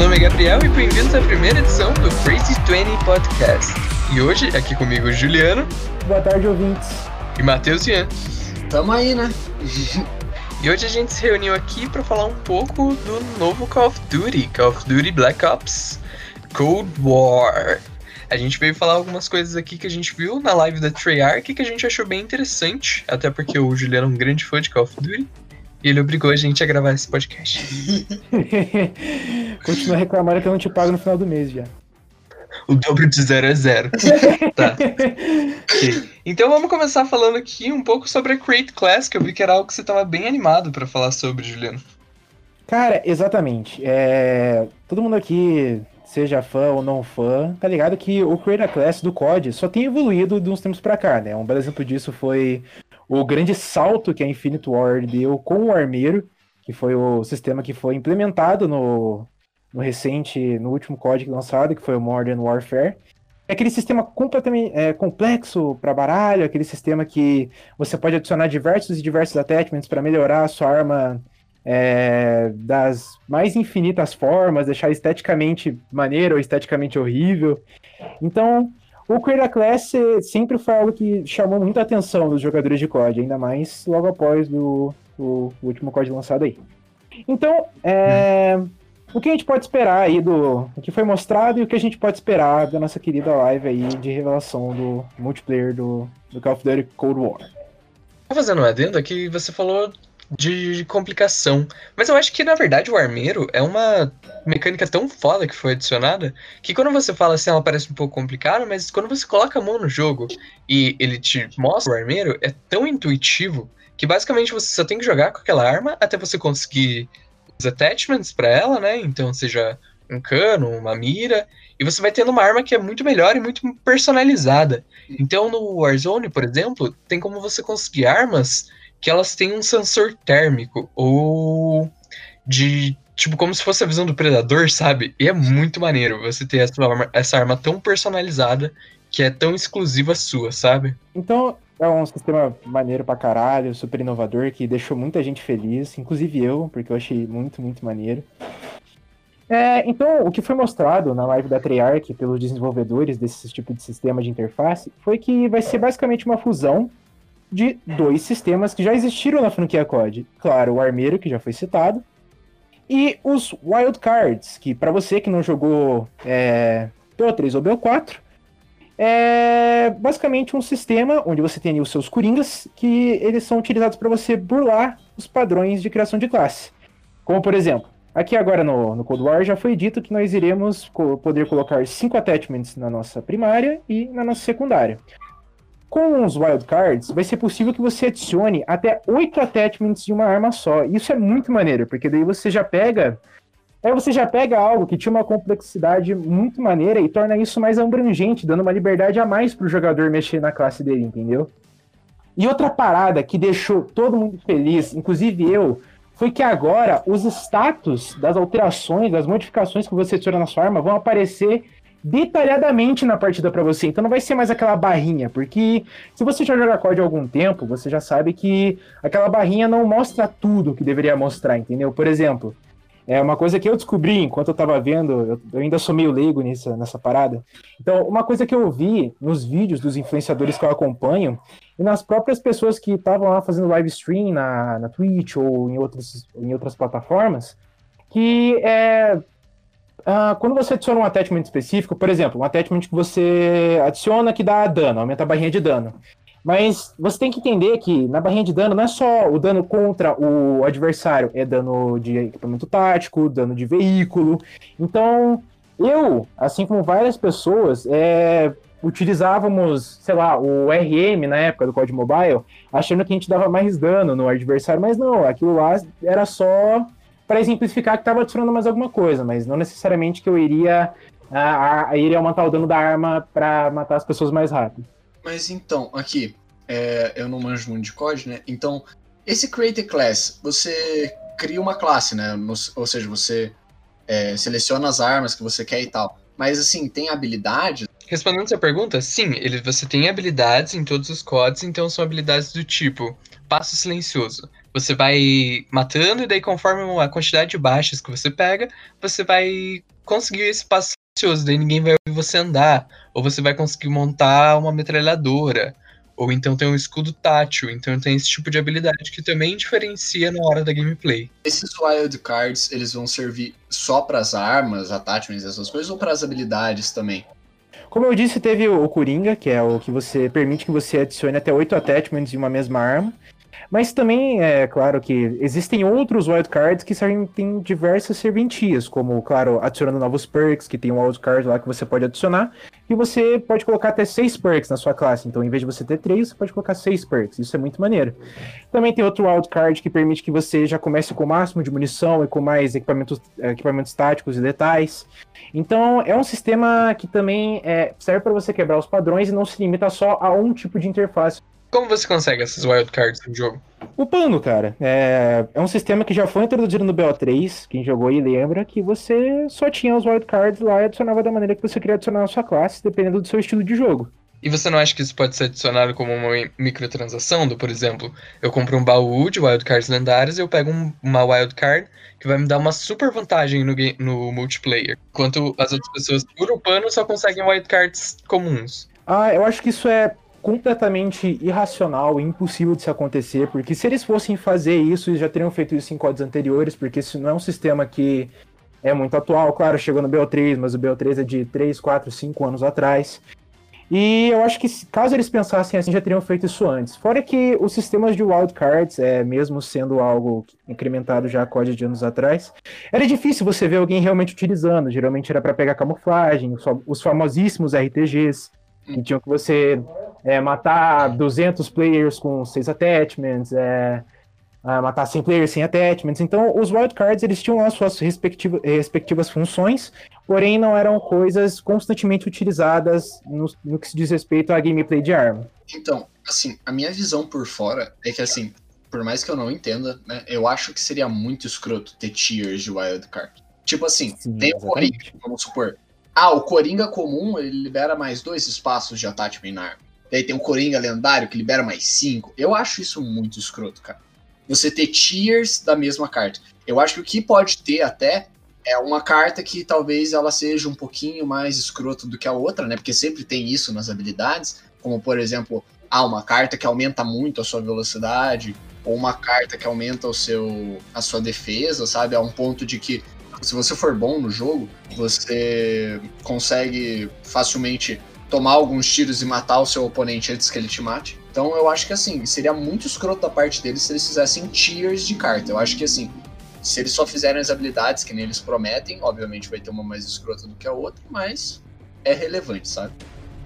nome é Gabriel e bem-vindos à primeira edição do Crazy 20 Podcast. E hoje, aqui comigo, Juliano. Boa tarde, ouvintes. E Matheus Ian. Tamo aí, né? E hoje a gente se reuniu aqui para falar um pouco do novo Call of Duty Black Ops Cold War. A gente veio falar algumas coisas aqui que a gente viu na live da Treyarch que a gente achou bem interessante, até porque o Juliano é um grande fã de Call of Duty. E ele obrigou a gente a gravar esse podcast. Continua reclamando que eu não te pago no final do mês já. O dobro de 0 é 0. Tá. Okay. Então vamos começar falando aqui um pouco sobre a Create Class, que eu vi que era algo que você estava bem animado pra falar sobre, Juliano. Cara, exatamente. Todo mundo aqui, seja fã ou não fã, tá ligado que o Create a Class do COD só tem evoluído de uns tempos pra cá, né? Um belo exemplo disso foi o grande salto que a Infinite Ward deu com o Armeiro, que foi o sistema que foi implementado no último COD lançado, que foi o Modern Warfare. É aquele sistema completamente complexo para baralho, aquele sistema que você pode adicionar diversos attachments para melhorar a sua arma das mais infinitas formas, deixar esteticamente maneiro ou esteticamente horrível. Então, o Create a Class sempre foi algo que chamou muita atenção dos jogadores de COD, ainda mais logo após o último COD lançado aí. Então, o que a gente pode esperar aí do que foi mostrado e o que a gente pode esperar da nossa querida live aí de revelação do multiplayer do Call of Duty Cold War? Tô fazendo um adendo aqui, você falou de complicação, mas eu acho que na verdade o Armeiro é uma mecânica tão foda que foi adicionada, que quando você fala assim ela parece um pouco complicada, mas quando você coloca a mão no jogo e ele te mostra o Armeiro, é tão intuitivo que basicamente você só tem que jogar com aquela arma até você conseguir os attachments pra ela, né? Então seja um cano, uma mira, e você vai tendo uma arma que é muito melhor e muito personalizada. Então no Warzone, por exemplo, tem como você conseguir armas que elas têm um sensor térmico, ou de, tipo, como se fosse a visão do predador, sabe? E é muito maneiro você ter essa arma tão personalizada, que é tão exclusiva sua, sabe? Então, é um sistema maneiro pra caralho, super inovador, que deixou muita gente feliz, inclusive eu, porque eu achei muito, muito maneiro. Então, o que foi mostrado na live da Treyarch pelos desenvolvedores desse tipo de sistema de interface foi que vai ser basicamente uma fusão de dois sistemas que já existiram na franquia COD. Claro, o Armeiro, que já foi citado, e os Wildcards, que para você que não jogou BO3 ou BO4, é basicamente um sistema onde você tem ali os seus coringas, que eles são utilizados para você burlar os padrões de criação de classe. Como, por exemplo, aqui agora no Cold War já foi dito que nós iremos poder colocar 5 attachments na nossa primária e na nossa secundária. Com os wildcards, vai ser possível que você adicione até 8 attachments de uma arma só. Isso é muito maneiro, porque daí você já pega algo que tinha uma complexidade muito maneira e torna isso mais abrangente, dando uma liberdade a mais para o jogador mexer na classe dele, entendeu? E outra parada que deixou todo mundo feliz, inclusive eu, foi que agora os status das alterações, das modificações que você adiciona na sua arma vão aparecer detalhadamente na partida pra você, então não vai ser mais aquela barrinha, porque se você já joga COD há algum tempo, você já sabe que aquela barrinha não mostra tudo que deveria mostrar, entendeu? Por exemplo, uma coisa que eu descobri enquanto eu tava vendo, eu ainda sou meio leigo nessa parada, então uma coisa que eu vi nos vídeos dos influenciadores que eu acompanho e nas próprias pessoas que estavam lá fazendo live stream na Twitch ou em outras plataformas, que quando você adiciona um attachment específico, por exemplo, um attachment que você adiciona que dá dano, aumenta a barrinha de dano. Mas você tem que entender que na barrinha de dano não é só o dano contra o adversário, é dano de equipamento tático, dano de veículo. Então, eu, assim como várias pessoas, utilizávamos, sei lá, o RM na época do COD Mobile, achando que a gente dava mais dano no adversário, mas não, aquilo lá era só para exemplificar que estava adicionando mais alguma coisa, mas não necessariamente que eu iria aumentar o dano da arma para matar as pessoas mais rápido. Mas então, aqui, eu não manjo muito de COD, né? Então, esse Create a Class, você cria uma classe, né? Ou seja, você seleciona as armas que você quer e tal. Mas, assim, tem habilidades? Respondendo essa pergunta, sim, você tem habilidades em todos os CODs, então são habilidades do tipo Passo Silencioso. Você vai matando e daí conforme a quantidade de baixas que você pega, você vai conseguir esse passo silencioso, daí ninguém vai ouvir você andar, ou você vai conseguir montar uma metralhadora, ou então tem um escudo tátil, então tem esse tipo de habilidade que também diferencia na hora da gameplay. Esses wildcards, eles vão servir só pras armas, attachments, essas coisas, ou pras habilidades também? Como eu disse, teve o Coringa, que é o que você permite que você adicione até 8 attachments em uma mesma arma. Mas também é claro que existem outros wildcards que têm diversas serventias, como, claro, adicionando novos perks, que tem um wildcard lá que você pode adicionar, e você pode colocar até 6 perks na sua classe. Então, em vez de você ter 3, você pode colocar 6 perks. Isso é muito maneiro. Também tem outro wildcard que permite que você já comece com o máximo de munição e com mais equipamentos táticos e letais. Então, é um sistema que também serve para você quebrar os padrões e não se limita só a um tipo de interface. Como você consegue essas wildcards no jogo? Upando, cara. É um sistema que já foi introduzido no BO3, quem jogou aí lembra, que você só tinha os wildcards lá e adicionava da maneira que você queria adicionar na sua classe, dependendo do seu estilo de jogo. E você não acha que isso pode ser adicionado como uma microtransação? Por exemplo, eu compro um baú de wildcards lendários e eu pego uma wildcard que vai me dar uma super vantagem no multiplayer, enquanto as outras pessoas, por upando, só conseguem wildcards comuns. Eu acho que isso é completamente irracional e impossível de se acontecer, porque se eles fossem fazer isso, eles já teriam feito isso em códigos anteriores, porque isso não é um sistema que é muito atual. Claro, chegou no BO3, mas o BO3 é de 3, 4, 5 anos atrás. E eu acho que caso eles pensassem assim, já teriam feito isso antes. Fora que os sistemas de wildcards, mesmo sendo algo incrementado já há códigos de anos atrás, era difícil você ver alguém realmente utilizando. Geralmente era para pegar camuflagem, os famosíssimos RTGs, que tinham que você matar 200 players com 6 attachments, matar 100 players sem attachments. Então, os wildcards, eles tinham lá suas respectivas funções, porém não eram coisas constantemente utilizadas no que se diz respeito à gameplay de arma. Então, assim, a minha visão por fora é que, assim, por mais que eu não entenda, né, eu acho que seria muito escroto ter tiers de wildcard. Tipo assim, Sim, tem o Coringa, vamos supor. O Coringa comum, ele libera mais 2 espaços de attachment na arma. Daí tem o Coringa lendário, que libera mais 5. Eu acho isso muito escroto, cara. Você ter tiers da mesma carta. Eu acho que o que pode ter até é uma carta que talvez ela seja um pouquinho mais escrota do que a outra, né? Porque sempre tem isso nas habilidades. Como, por exemplo, uma carta que aumenta muito a sua velocidade, ou uma carta que aumenta a sua defesa, sabe? A um ponto de que, se você for bom no jogo, você consegue facilmente tomar alguns tiros e matar o seu oponente antes que ele te mate. Então eu acho que, assim, seria muito escroto da parte deles se eles fizessem tiers de carta. Eu acho que, assim, se eles só fizerem as habilidades que nem eles prometem, obviamente vai ter uma mais escrota do que a outra, mas é relevante, sabe?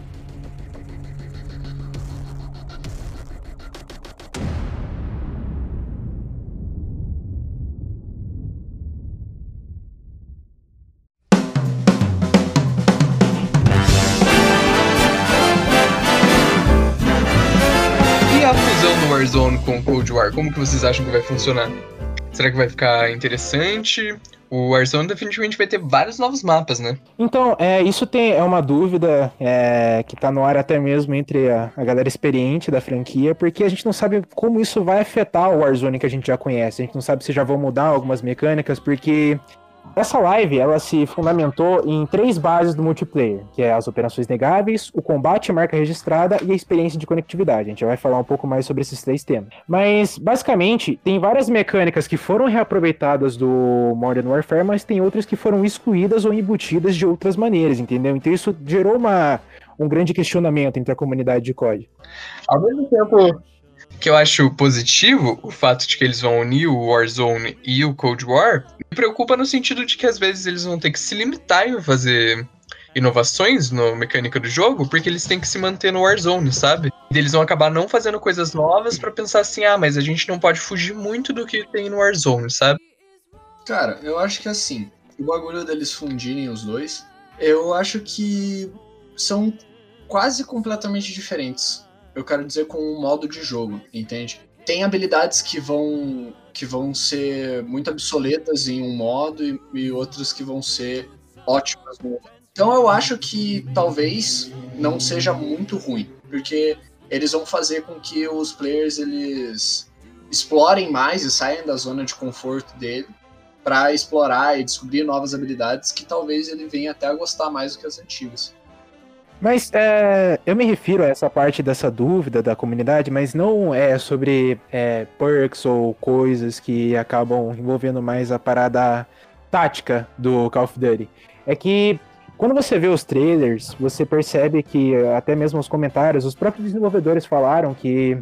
Warzone com Cold War, como que vocês acham que vai funcionar? Será que vai ficar interessante? O Warzone definitivamente vai ter vários novos mapas, né? Então, isso é uma dúvida que tá no ar até mesmo entre a galera experiente da franquia, porque a gente não sabe como isso vai afetar o Warzone que a gente já conhece. A gente não sabe se já vão mudar algumas mecânicas, porque essa live, ela se fundamentou em 3 bases do multiplayer, que é as operações negáveis, o combate marca registrada e a experiência de conectividade. A gente vai falar um pouco mais sobre esses 3 temas. Mas, basicamente, tem várias mecânicas que foram reaproveitadas do Modern Warfare, mas tem outras que foram excluídas ou embutidas de outras maneiras, entendeu? Então isso gerou um grande questionamento entre a comunidade de COD. Ao mesmo tempo que eu acho positivo o fato de que eles vão unir o Warzone e o Cold War, me preocupa no sentido de que às vezes eles vão ter que se limitar em fazer inovações na mecânica do jogo, porque eles têm que se manter no Warzone, sabe? E eles vão acabar não fazendo coisas novas pra pensar assim, mas a gente não pode fugir muito do que tem no Warzone, sabe? Cara, eu acho que assim, o bagulho deles fundirem os dois, eu acho que são quase completamente diferentes. Eu quero dizer com o modo de jogo, entende? Tem habilidades que vão ser muito obsoletas em um modo e outras que vão ser ótimas no outro. Então eu acho que talvez não seja muito ruim, porque eles vão fazer com que os players eles explorem mais e saiam da zona de conforto dele para explorar e descobrir novas habilidades que talvez ele venha até a gostar mais do que as antigas. Mas eu me refiro a essa parte dessa dúvida da comunidade, mas não é sobre perks ou coisas que acabam envolvendo mais a parada tática do Call of Duty. É que quando você vê os trailers, você percebe que até mesmo os comentários, os próprios desenvolvedores falaram que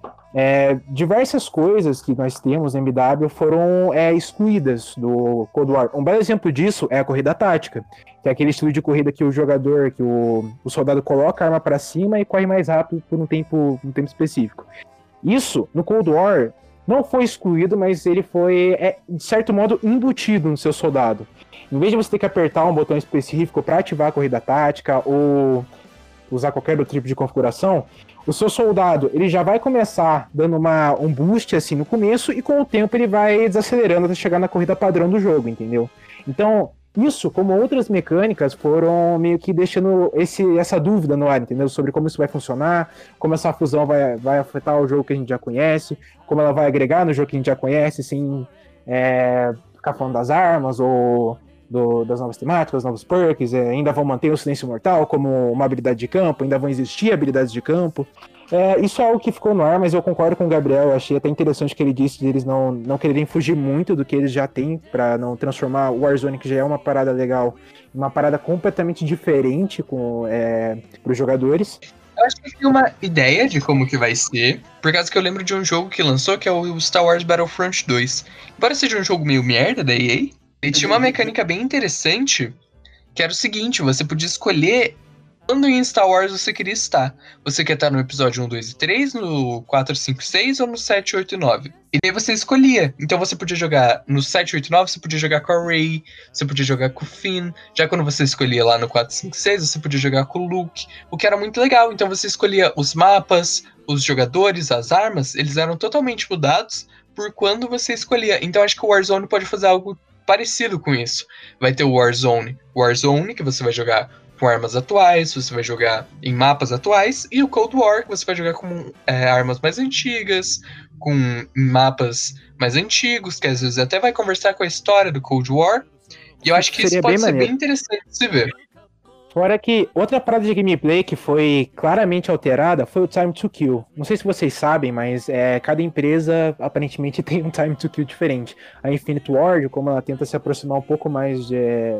diversas coisas que nós temos no MW foram excluídas do Cold War. Um belo exemplo disso é a corrida tática, que é aquele estilo de corrida que o jogador, que o soldado coloca a arma para cima e corre mais rápido por um tempo específico. Isso, no Cold War, não foi excluído, mas ele foi, de certo modo, embutido no seu soldado. Em vez de você ter que apertar um botão específico para ativar a corrida tática ou usar qualquer outro tipo de configuração, o seu soldado ele já vai começar dando um boost assim no começo e com o tempo ele vai desacelerando até chegar na corrida padrão do jogo, entendeu? Então, isso, como outras mecânicas, foram meio que deixando essa dúvida no ar, entendeu? Sobre como isso vai funcionar, como essa fusão vai afetar o jogo que a gente já conhece, como ela vai agregar no jogo que a gente já conhece, sem ficar falando das armas ou das novas temáticas, novos perks, ainda vão manter o silêncio mortal como uma habilidade de campo, ainda vão existir habilidades de campo. Isso é algo que ficou no ar, mas eu concordo com o Gabriel, eu achei até interessante que ele disse de eles não quererem fugir muito do que eles já têm, para não transformar o Warzone, que já é uma parada legal, em uma parada completamente diferente para os jogadores. Eu acho que tem uma ideia de como que vai ser, por causa que eu lembro de um jogo que lançou, que é o Star Wars Battlefront 2. Embora seja um jogo meio merda da EA, ele tinha uma mecânica bem interessante, que era o seguinte, você podia escolher quando em Star Wars você queria estar. Você quer estar no episódio 1, 2 e 3, no 4, 5, 6 ou no 7, 8 e 9. E daí você escolhia. Então você podia jogar no 7, 8 e 9, você podia jogar com a Rey, você podia jogar com o Finn. Já quando você escolhia lá no 4, 5, 6, você podia jogar com o Luke, o que era muito legal. Então você escolhia os mapas, os jogadores, as armas, eles eram totalmente mudados por quando você escolhia. Então acho que o Warzone pode fazer algo parecido com isso. Vai ter o Warzone, que você vai jogar com armas atuais, você vai jogar em mapas atuais, e o Cold War, que você vai jogar com armas mais antigas, com mapas mais antigos, que às vezes até vai conversar com a história do Cold War, e eu acho que isso pode ser bem interessante de se ver. Fora que outra parada de gameplay que foi claramente alterada foi o Time to Kill. Não sei se vocês sabem, mas cada empresa aparentemente tem um Time to Kill diferente. A Infinite Ward, como ela tenta se aproximar um pouco mais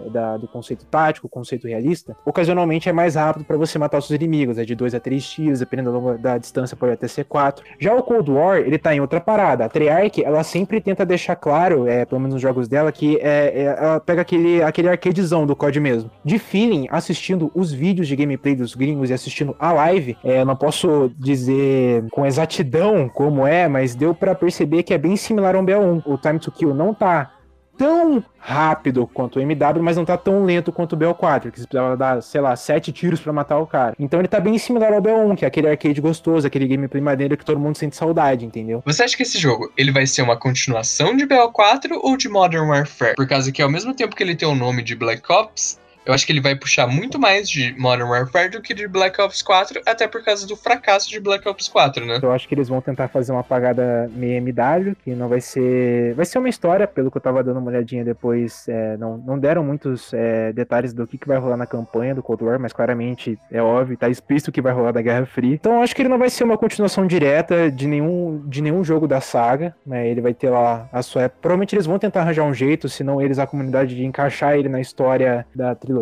do conceito tático, conceito realista, ocasionalmente é mais rápido para você matar os seus inimigos, de 2 a 3 tiros, dependendo da distância pode até ser 4. Já o Cold War, ele tá em outra parada. A Treyarch, ela sempre tenta deixar claro, pelo menos nos jogos dela, que ela pega aquele arcadezão do COD mesmo. De feeling, assistindo os vídeos de gameplay dos gringos e assistindo a live, eu não posso dizer com exatidão como mas deu pra perceber que é bem similar ao BO1. O Time to Kill não tá tão rápido quanto o MW, mas não tá tão lento quanto o BO4, que você precisava dar, 7 tiros pra matar o cara. Então ele tá bem similar ao BO1, que é aquele arcade gostoso, aquele gameplay maneiro que todo mundo sente saudade, entendeu? Você acha que esse jogo, ele vai ser uma continuação de BO4 ou de Modern Warfare? Por causa que ao mesmo tempo que ele tem o nome de Black Ops, eu acho que ele vai puxar muito mais de Modern Warfare do que de Black Ops 4, até por causa do fracasso de Black Ops 4, né? Eu acho que eles vão tentar fazer uma pagada meio MW, que não vai ser... Vai ser uma história, pelo que eu tava dando uma olhadinha depois, não deram muitos detalhes do que vai rolar na campanha do Cold War, mas claramente é óbvio, tá explícito que vai rolar da Guerra Fria. Então eu acho que ele não vai ser uma continuação direta de nenhum jogo da saga, né? Ele vai ter lá a sua... Provavelmente eles vão tentar arranjar um jeito, senão eles, a comunidade, de encaixar ele na história da trilogia,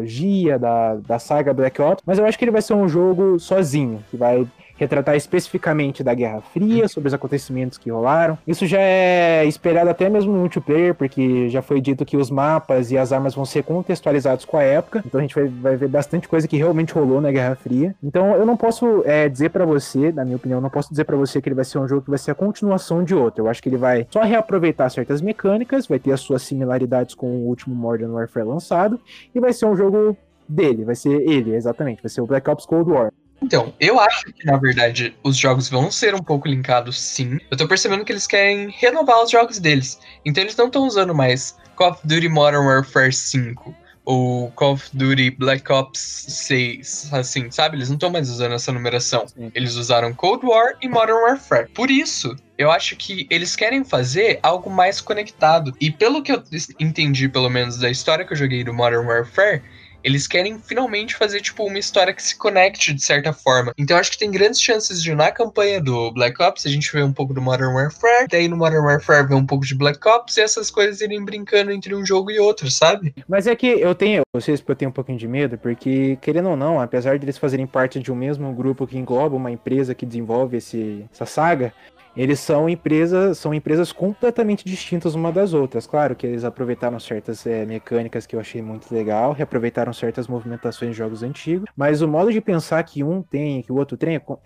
da saga Black Ops, mas eu acho que ele vai ser um jogo sozinho, que vai retratar especificamente da Guerra Fria, sobre os acontecimentos que rolaram. Isso já é esperado até mesmo no multiplayer, porque já foi dito que os mapas e as armas vão ser contextualizados com a época, então a gente vai ver bastante coisa que realmente rolou na Guerra Fria. Então eu não posso dizer pra você, na minha opinião, não posso dizer pra você que ele vai ser um jogo que vai ser a continuação de outro. Eu acho que ele vai só reaproveitar certas mecânicas, vai ter as suas similaridades com o último Modern Warfare lançado, e vai ser um jogo dele, vai ser ele, exatamente, vai ser o Black Ops Cold War. Então, eu acho que, na verdade, os jogos vão ser um pouco linkados, sim. Eu tô percebendo que eles querem renovar os jogos deles. Então eles não estão usando mais Call of Duty Modern Warfare 5 ou Call of Duty Black Ops 6, assim, sabe? Eles não estão mais usando essa numeração. Sim. Eles usaram Cold War e Modern Warfare. Por isso eu acho que eles querem fazer algo mais conectado. E pelo que eu entendi, pelo menos, da história que eu joguei do Modern Warfare, eles querem finalmente fazer, tipo, uma história que se conecte de certa forma. Então eu acho que tem grandes chances de, na campanha do Black Ops, a gente ver um pouco do Modern Warfare, daí no Modern Warfare ver um pouco de Black Ops, e essas coisas irem brincando entre um jogo e outro, sabe? Mas é que eu tenho um pouquinho de medo, porque, querendo ou não, apesar de eles fazerem parte de um mesmo grupo que engloba uma empresa que desenvolve essa saga, eles são empresas completamente distintas uma das outras. Claro que eles aproveitaram certas mecânicas que eu achei muito legal, reaproveitaram certas movimentações de jogos antigos, mas o modo de pensar que um tem, que o outro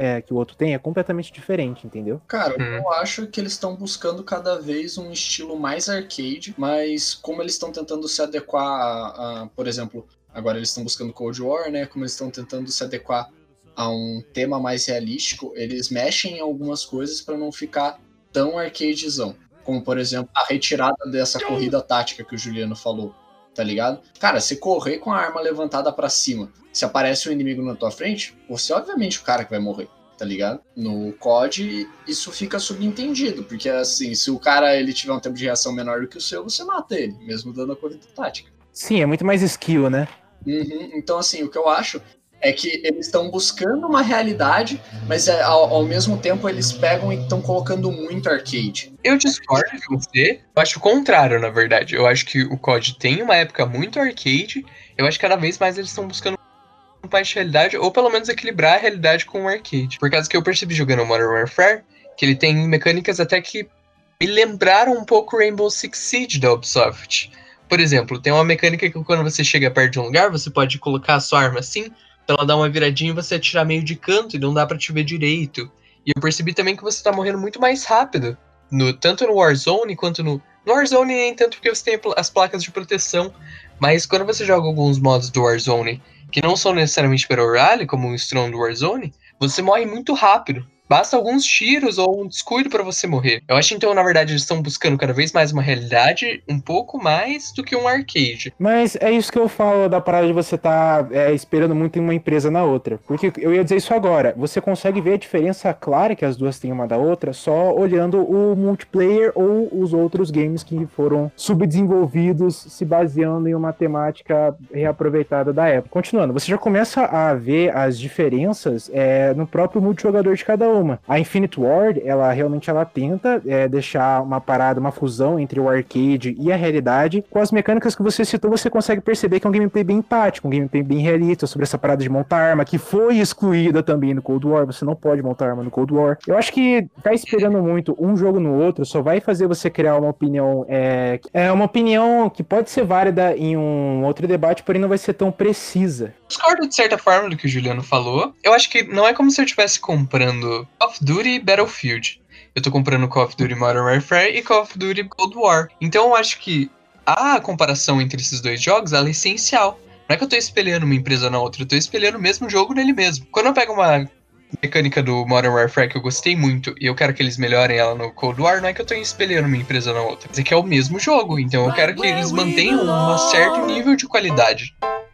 tem é completamente diferente, entendeu? Cara, eu acho que eles estão buscando cada vez um estilo mais arcade, mas como eles estão tentando se adequar por exemplo, agora eles estão buscando Cold War, né? Como eles estão tentando se adequar a um tema mais realístico, eles mexem em algumas coisas para não ficar tão arcadezão. Como, por exemplo, a retirada dessa corrida tática que o Juliano falou, tá ligado? Cara, se correr com a arma levantada para cima, se aparece um inimigo na tua frente, você obviamente é o cara que vai morrer, tá ligado? No COD, isso fica subentendido, porque assim, se o cara ele tiver um tempo de reação menor do que o seu, você mata ele, mesmo dando a corrida tática. Sim, é muito mais skill, né? Então, assim, o que eu acho é que eles estão buscando uma realidade, mas ao mesmo tempo eles pegam e estão colocando muito arcade. Eu discordo de você. Eu acho o contrário, na verdade. Eu acho que o COD tem uma época muito arcade. Eu acho que cada vez mais eles estão buscando mais de realidade, ou pelo menos equilibrar a realidade com o arcade. Por causa que eu percebi jogando Modern Warfare, que ele tem mecânicas até que me lembraram um pouco Rainbow Six Siege da Ubisoft. Por exemplo, tem uma mecânica que quando você chega perto de um lugar, você pode colocar a sua arma assim, pra ela dar uma viradinha e você atirar meio de canto e não dá pra te ver direito. E eu percebi também que você tá morrendo muito mais rápido. Tanto no Warzone quanto no Warzone nem tanto porque você tem as placas de proteção. Mas quando você joga alguns modos do Warzone que não são necessariamente Battle Royale, como o Strong do Warzone, você morre muito rápido. Basta alguns tiros ou um descuido pra você morrer. Eu acho então, na verdade, eles estão buscando cada vez mais uma realidade um pouco mais do que um arcade. Mas é isso que eu falo da parada de você estar esperando muito em uma empresa na outra. Porque eu ia dizer isso agora. Você consegue ver a diferença clara que as duas têm uma da outra só olhando o multiplayer ou os outros games que foram subdesenvolvidos se baseando em uma temática reaproveitada da época. Continuando, você já começa a ver as diferenças no próprio multijogador de cada um. A Infinite Ward, ela realmente tenta deixar uma parada, uma fusão entre o arcade e a realidade. Com as mecânicas que você citou, você consegue perceber que é um gameplay bem empático, um gameplay bem realista sobre essa parada de montar arma, que foi excluída também no Cold War. Você não pode montar arma no Cold War. Eu acho que ficar esperando muito um jogo no outro só vai fazer você criar uma opinião uma opinião que pode ser válida em um outro debate, porém não vai ser tão precisa. Discordo de certa forma do que o Juliano falou. Eu acho que não é como se eu estivesse comprando Call of Duty e Battlefield. Eu tô comprando Call of Duty Modern Warfare e Call of Duty Cold War. Então eu acho que a comparação entre esses dois jogos ela é essencial. Não é que eu tô espelhando uma empresa na outra, eu tô espelhando o mesmo jogo nele mesmo. Quando eu pego uma mecânica do Modern Warfare que eu gostei muito e eu quero que eles melhorem ela no Cold War, não é que eu tô espelhando uma empresa na outra. Mas é que é o mesmo jogo, então eu quero que eles mantenham um certo nível de qualidade.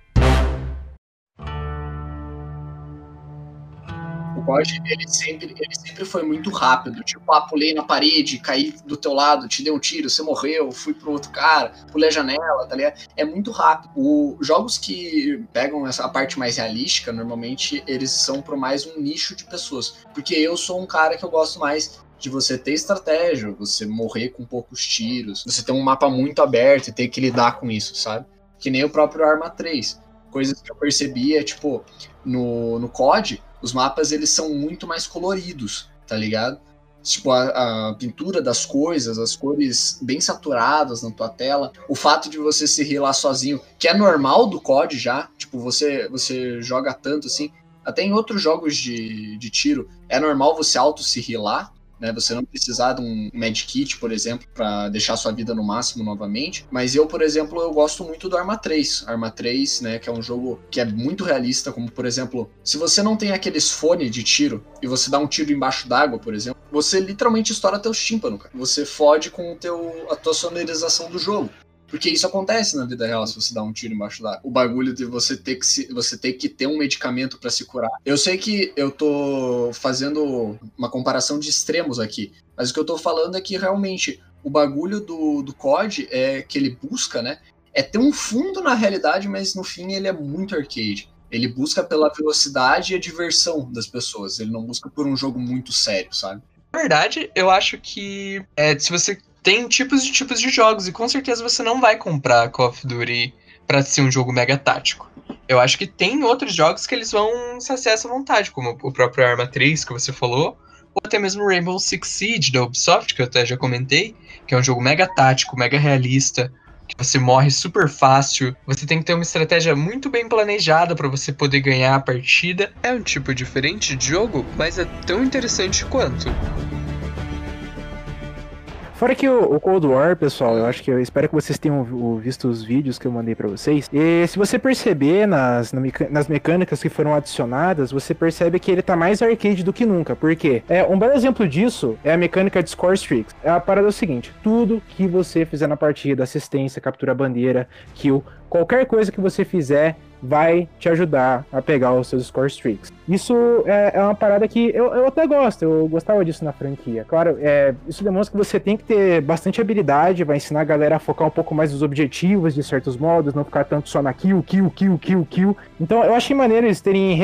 O COD, ele sempre foi muito rápido. Tipo, pulei na parede, caí do teu lado, te dei um tiro, você morreu, fui pro outro cara, pulei a janela, tá ligado? É muito rápido. Jogos que pegam a parte mais realística, normalmente, eles são pro mais um nicho de pessoas. Porque eu sou um cara que eu gosto mais de você ter estratégia, você morrer com poucos tiros, você ter um mapa muito aberto e ter que lidar com isso, sabe? Que nem o próprio Arma 3. Coisas que eu percebi tipo, no COD, os mapas eles são muito mais coloridos, tá ligado? Tipo, a pintura das coisas, as cores bem saturadas na tua tela, o fato de você se healar sozinho, que é normal do COD já, tipo, você joga tanto assim, até em outros jogos de tiro, é normal você se healar, né? Você não precisar de um medkit, por exemplo, para deixar sua vida no máximo novamente. Mas eu, por exemplo, eu gosto muito do Arma 3. Arma 3, né, que é um jogo que é muito realista, como, por exemplo, se você não tem aqueles fones de tiro e você dá um tiro embaixo d'água, por exemplo, você literalmente estoura teus tímpanos, cara. Você fode com a tua sonorização do jogo. Porque isso acontece na vida real se você dá um tiro embaixo d'água. O bagulho de você ter que ter um medicamento pra se curar. Eu sei que eu tô fazendo uma comparação de extremos aqui, mas o que eu tô falando é que realmente o bagulho do COD é que ele busca, né? É ter um fundo na realidade, mas no fim ele é muito arcade. Ele busca pela velocidade e a diversão das pessoas. Ele não busca por um jogo muito sério, sabe? Na verdade, eu acho que se você tem tipos de jogos, e com certeza você não vai comprar Call of Duty pra ser um jogo mega tático. Eu acho que tem outros jogos que eles vão se acessar à vontade, como o próprio Arma 3, que você falou, ou até mesmo Rainbow Six Siege, da Ubisoft, que eu até já comentei, que é um jogo mega tático, mega realista, que você morre super fácil, você tem que ter uma estratégia muito bem planejada para você poder ganhar a partida. É um tipo diferente de jogo, mas é tão interessante quanto. Fora que o Cold War, pessoal, eu espero que vocês tenham visto os vídeos que eu mandei pra vocês. E se você perceber nas mecânicas que foram adicionadas, você percebe que ele tá mais arcade do que nunca. Por quê? Um belo exemplo disso é a mecânica de score streaks. A parada é o seguinte: tudo que você fizer na partida, assistência, captura bandeira, kill, qualquer coisa que você fizer vai te ajudar a pegar os seus score streaks. Isso é uma parada que eu até gosto, eu gostava disso na franquia. Claro, isso demonstra que você tem que ter bastante habilidade, vai ensinar a galera a focar um pouco mais nos objetivos de certos modos, não ficar tanto só na kill. Então eu achei maneiro eles terem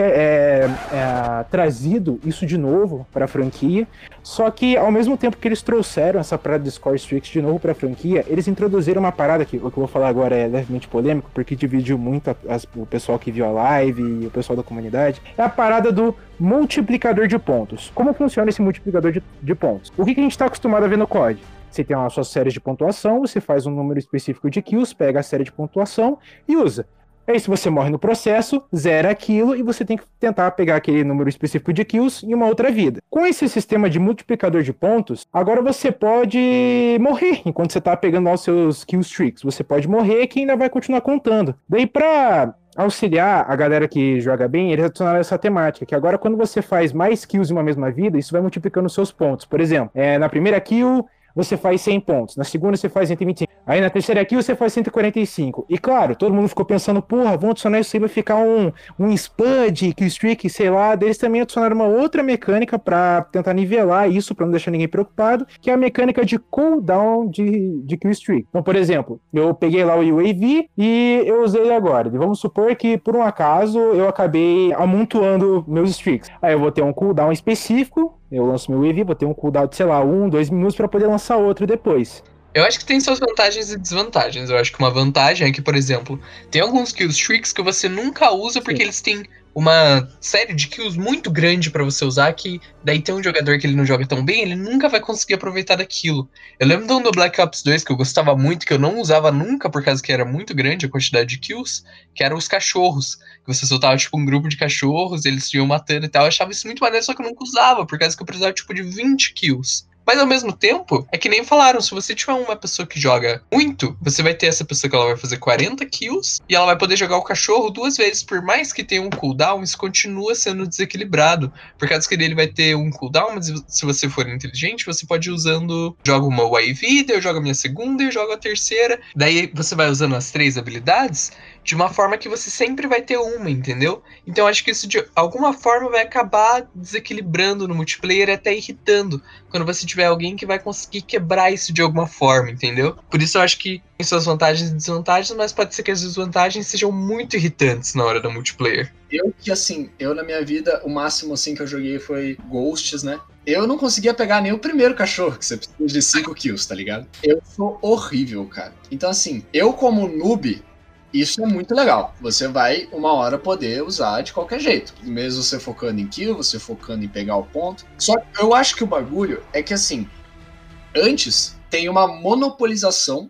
trazido isso de novo pra franquia, só que ao mesmo tempo que eles trouxeram essa parada de score streaks de novo pra franquia, eles introduziram uma parada que o que eu vou falar agora é levemente polêmico, porque dividiu muito o pessoal que viu a live e o pessoal da comunidade. É a parada do multiplicador de pontos. Como funciona esse multiplicador de pontos? O que a gente está acostumado a ver no COD? Você tem a sua série de pontuação, você faz um número específico de kills, pega a série de pontuação e usa. Aí se você morre no processo, zera aquilo e você tem que tentar pegar aquele número específico de kills em uma outra vida. Com esse sistema de multiplicador de pontos, agora você pode morrer enquanto você está pegando lá os seus kill streaks. Você pode morrer que ainda vai continuar contando. Daí pra auxiliar a galera que joga bem, eles adicionaram essa temática, que agora quando você faz mais kills em uma mesma vida, isso vai multiplicando os seus pontos. Por exemplo, na primeira kill você faz 100 pontos, na segunda você faz 125, aí na terceira kill você faz 145. E claro, todo mundo ficou pensando, porra, vão adicionar isso aí, vai ficar um spud, kill streak, sei lá. Eles também adicionaram uma outra mecânica pra tentar nivelar isso, pra não deixar ninguém preocupado, que é a mecânica de cooldown de kill streak. Então, por exemplo, eu peguei lá o UAV e eu usei ele agora. E vamos supor que, por um acaso, eu acabei amontoando meus streaks. Aí eu vou ter um cooldown específico, eu lanço meu UAV, vou ter um cooldown de, sei lá, 1-2 minutos pra poder lançar outro depois. Eu acho que tem suas vantagens e desvantagens. Eu acho que uma vantagem é que, por exemplo, tem alguns kill streaks que você nunca usa porque eles têm uma série de kills muito grande pra você usar, que daí tem um jogador que ele não joga tão bem, ele nunca vai conseguir aproveitar daquilo. Eu lembro de um do Black Ops 2 que eu gostava muito, que eu não usava nunca por causa que era muito grande a quantidade de kills, que eram os cachorros, que você soltava tipo um grupo de cachorros, eles iam matando e tal. Eu achava isso muito maneiro, só que eu nunca usava, por causa que eu precisava tipo de 20 kills. Mas ao mesmo tempo, é que nem falaram, se você tiver uma pessoa que joga muito, você vai ter essa pessoa que ela vai fazer 40 kills e ela vai poder jogar o cachorro 2 vezes. Por mais que tenha um cooldown, isso continua sendo desequilibrado. Por causa que ele vai ter um cooldown, mas se você for inteligente, você pode ir usando... Jogo uma UAV, daí eu jogo a minha segunda e eu jogo a terceira. Daí você vai usando as 3 habilidades de uma forma que você sempre vai ter uma, entendeu? Então eu acho que isso de alguma forma vai acabar desequilibrando no multiplayer e até irritando quando você tiver alguém que vai conseguir quebrar isso de alguma forma, entendeu? Por isso eu acho que tem suas vantagens e desvantagens, mas pode ser que as desvantagens sejam muito irritantes na hora da multiplayer. Eu na minha vida, o máximo assim que eu joguei foi Ghosts, né? Eu não conseguia pegar nem o primeiro cachorro, que você precisa de 5 kills, tá ligado? Eu sou horrível, cara. Então assim, eu como noob, isso é muito legal. Você vai, uma hora, poder usar de qualquer jeito. Mesmo você focando em kill, você focando em pegar o ponto. Só que eu acho que o bagulho é que, assim, antes tem uma monopolização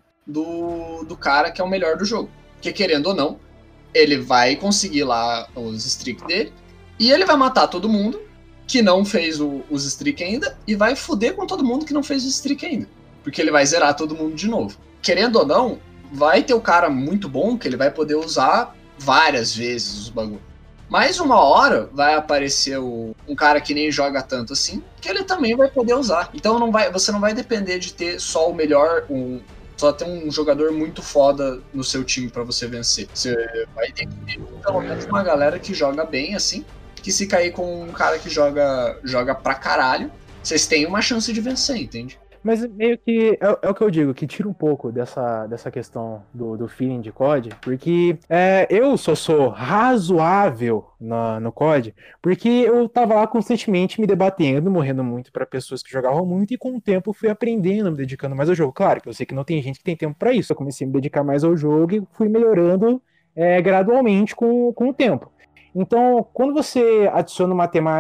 do cara que é o melhor do jogo. Porque, querendo ou não, ele vai conseguir lá os streaks dele e ele vai matar todo mundo que não fez os streaks ainda e vai foder com todo mundo que não fez o streak ainda. Porque ele vai zerar todo mundo de novo. Querendo ou não, vai ter o cara muito bom que ele vai poder usar várias vezes os bagulhos. Mas uma hora vai aparecer um cara que nem joga tanto assim, que ele também vai poder usar. Então você não vai depender de ter só o melhor, só ter um jogador muito foda no seu time pra você vencer. Você vai ter que ter pelo menos uma galera que joga bem, assim, que se cair com um cara que joga pra caralho, vocês têm uma chance de vencer, entende? Mas meio que é o que eu digo, que tira um pouco dessa questão do feeling de COD, porque eu só sou razoável no COD, porque eu tava lá constantemente me debatendo, morrendo muito pra pessoas que jogavam muito, e com o tempo fui aprendendo, me dedicando mais ao jogo. Claro que eu sei que não tem gente que tem tempo pra isso, eu comecei a me dedicar mais ao jogo e fui melhorando gradualmente com o tempo. Então, quando você adiciona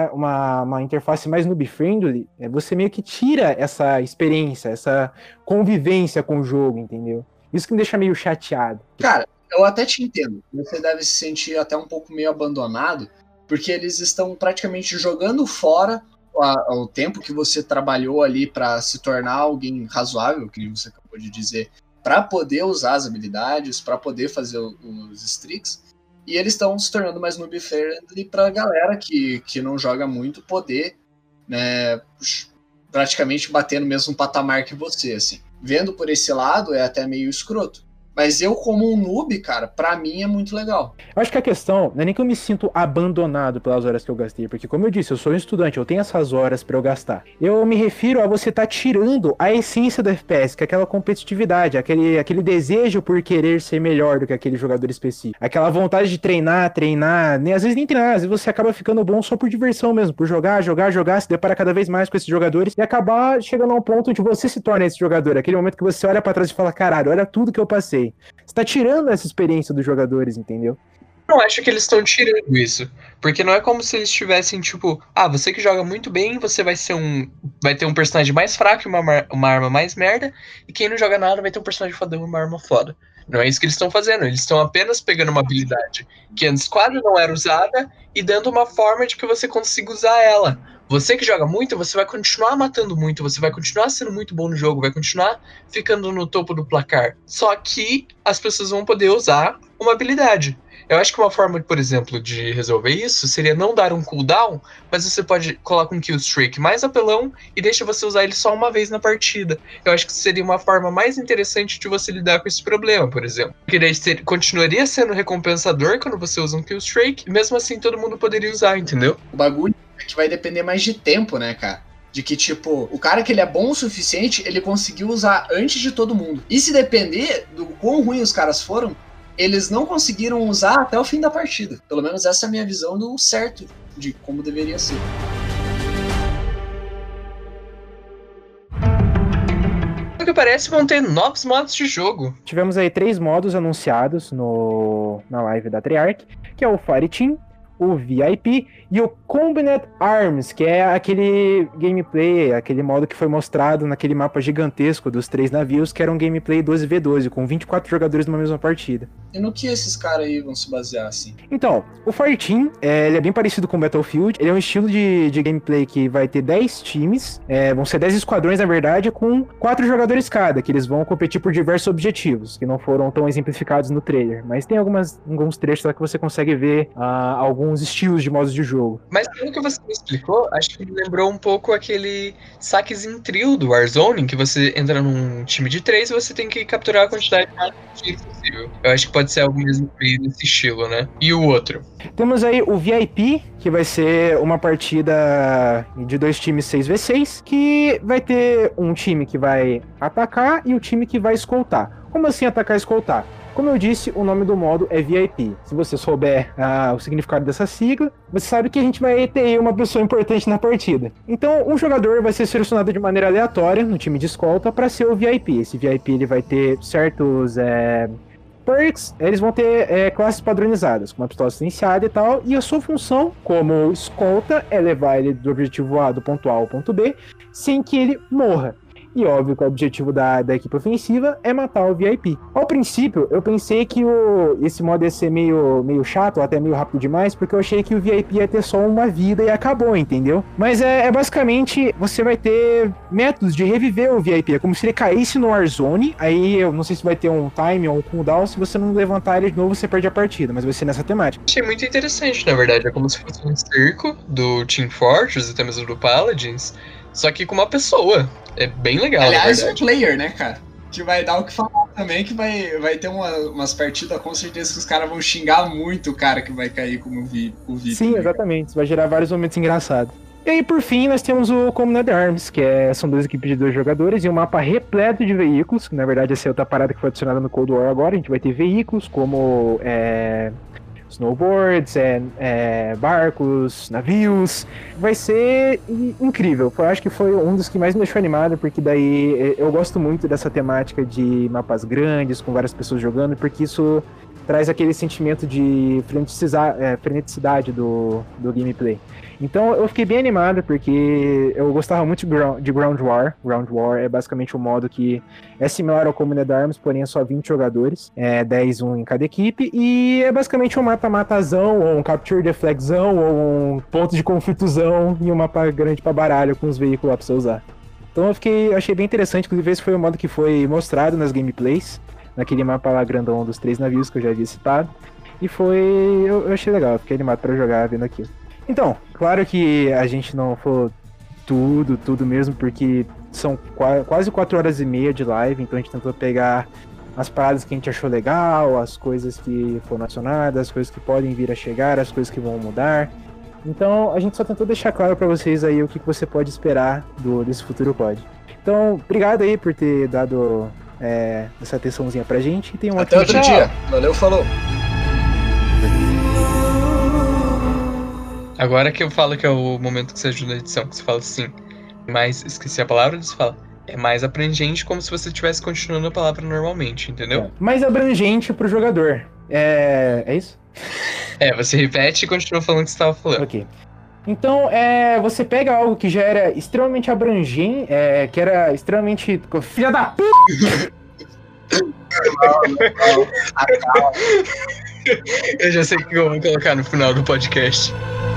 uma interface mais noob-friendly, você meio que tira essa experiência, essa convivência com o jogo, entendeu? Isso que me deixa meio chateado. Cara, eu até te entendo. Você deve se sentir até um pouco meio abandonado, porque eles estão praticamente jogando fora o tempo que você trabalhou ali pra se tornar alguém razoável, que você acabou de dizer, pra poder usar as habilidades, pra poder fazer os streaks. E eles estão se tornando mais noob-friendly pra galera que não joga muito poder, né, praticamente bater no mesmo patamar que você, assim. Vendo por esse lado, é até meio escroto. Mas eu, como um noob, cara, pra mim é muito legal. Eu acho que a questão não é nem que eu me sinto abandonado pelas horas que eu gastei, porque como eu disse, eu sou um estudante, eu tenho essas horas pra eu gastar. Eu me refiro a você estar tirando a essência do FPS, que é aquela competitividade, aquele desejo por querer ser melhor do que aquele jogador específico. Aquela vontade de treinar, nem, às vezes nem treinar, às vezes você acaba ficando bom só por diversão mesmo, por jogar, se deparar cada vez mais com esses jogadores e acabar chegando a um ponto onde você se torna esse jogador, aquele momento que você olha pra trás e fala, caralho, olha tudo que eu passei. Você tá tirando essa experiência dos jogadores, entendeu? Eu não acho que eles estão tirando isso. Porque não é como se eles tivessem, tipo, você que joga muito bem, você vai ter um personagem mais fraco e uma arma mais merda, e quem não joga nada vai ter um personagem fodão e uma arma foda. Não é isso que eles estão fazendo. Eles estão apenas pegando uma habilidade que antes quase não era usada e dando uma forma de que você consiga usar ela. Você que joga muito, você vai continuar matando muito, você vai continuar sendo muito bom no jogo, vai continuar ficando no topo do placar. Só que as pessoas vão poder usar uma habilidade. Eu acho que uma forma, por exemplo, de resolver isso seria não dar um cooldown, mas você pode colocar um kill streak mais apelão e deixa você usar ele só uma vez na partida. Eu acho que seria uma forma mais interessante de você lidar com esse problema, por exemplo. Porque daí continuaria sendo recompensador quando você usa um kill streak, e mesmo assim todo mundo poderia usar, entendeu? O bagulho é que vai depender mais de tempo, né, cara? De que, tipo, o cara que ele é bom o suficiente, ele conseguiu usar antes de todo mundo. E se depender do quão ruim os caras foram, eles não conseguiram usar até o fim da partida. Pelo menos essa é a minha visão do certo, de como deveria ser. O que parece vão ter novos modos de jogo. Tivemos aí 3 modos anunciados na live da Treyarch, que é o Fireteam, o VIP e o Combat Arms, que é aquele gameplay, aquele modo que foi mostrado naquele mapa gigantesco dos 3 navios, que era um gameplay 12v12, com 24 jogadores numa mesma partida. E no que esses caras aí vão se basear, assim? Então, o Fireteam, ele é bem parecido com o Battlefield, ele é um estilo de gameplay que vai ter 10 times, vão ser 10 esquadrões, na verdade, com 4 jogadores cada, que eles vão competir por diversos objetivos, que não foram tão exemplificados no trailer, mas tem alguns trechos lá que você consegue ver alguns estilos de modos de jogo. Mas pelo que você me explicou, acho que me lembrou um pouco aquele saquezinho trio do Warzone, que você entra num time de 3 e você tem que capturar a quantidade de tiros possível. Eu acho que pode ser algo mesmo nesse estilo, né? E o outro? Temos aí o VIP, que vai ser uma partida de 2 times 6v6, que vai ter um time que vai atacar e o time que vai escoltar. Como assim atacar e escoltar? Como eu disse, o nome do modo é VIP. Se você souber o significado dessa sigla, você sabe que a gente vai ter uma pessoa importante na partida. Então, um jogador vai ser selecionado de maneira aleatória no time de escolta para ser o VIP. Esse VIP ele vai ter certos perks, eles vão ter classes padronizadas, com uma pistola silenciada e tal, e a sua função como escolta é levar ele do objetivo A, do ponto A ao ponto B, sem que ele morra. E óbvio que o objetivo da equipe ofensiva é matar o VIP. Ao princípio, eu pensei que esse modo ia ser meio chato, ou até meio rápido demais, porque eu achei que o VIP ia ter só uma vida e acabou, entendeu? Mas basicamente, você vai ter métodos de reviver o VIP. É como se ele caísse no Warzone, aí eu não sei se vai ter um time ou um cooldown, se você não levantar ele de novo, você perde a partida, mas vai ser nessa temática. Achei muito interessante, na verdade. É como se fosse um circo do Team Fortress, até mesmo do Paladins, só que com uma pessoa. É bem legal, aliás, na verdade. um player, né, cara? que vai dar o que falar também, que vai ter umas partidas com certeza que os caras vão xingar muito o cara que vai cair como o Vitor. Sim, exatamente. Isso vai gerar vários momentos engraçados. E aí, por fim, nós temos o Comunidade Arms, que são 2 equipes de 2 jogadores e um mapa repleto de veículos, que na verdade essa é outra parada que foi adicionada no Cold War agora. A gente vai ter veículos como snowboards, barcos, navios. Vai ser incrível. Eu acho que foi um dos que mais me deixou animado, porque daí eu gosto muito dessa temática de mapas grandes, com várias pessoas jogando, porque isso traz aquele sentimento de freneticidade do gameplay. Então eu fiquei bem animado, porque eu gostava muito de Ground War. Ground War é basicamente um modo que é similar ao Comunidade Arms, porém é só 20 jogadores, 10 um em cada equipe, e é basicamente um mata-matazão, ou um capture the flagzão, ou um ponto de conflitozão, e um mapa grande pra baralho com os veículos lá pra você usar. Então eu achei bem interessante, inclusive esse foi o modo que foi mostrado nas gameplays, naquele mapa lá grandão dos 3 navios que eu já havia citado, e eu achei legal, eu fiquei animado pra jogar vendo aquilo. Então, claro que a gente não falou tudo mesmo, porque são quase 4 horas e meia de live, então a gente tentou pegar as paradas que a gente achou legal, as coisas que foram acionadas, as coisas que podem vir a chegar, as coisas que vão mudar. Então a gente só tentou deixar claro pra vocês aí o que você pode esperar desse futuro COD. Então, obrigado aí por ter dado essa atençãozinha pra gente. E tem até outro dia. Valeu, falou. Agora que eu falo que é o momento que você ajuda na edição, que você fala assim, mas esqueci a palavra, você fala, é mais abrangente, como se você estivesse continuando a palavra normalmente, entendeu? Mais abrangente pro jogador. É isso? Você repete e continua falando o que você estava falando. Ok. Então, você pega algo que já era extremamente abrangente, que era extremamente... Filha da p***! Eu já sei o que eu vou colocar no final do podcast.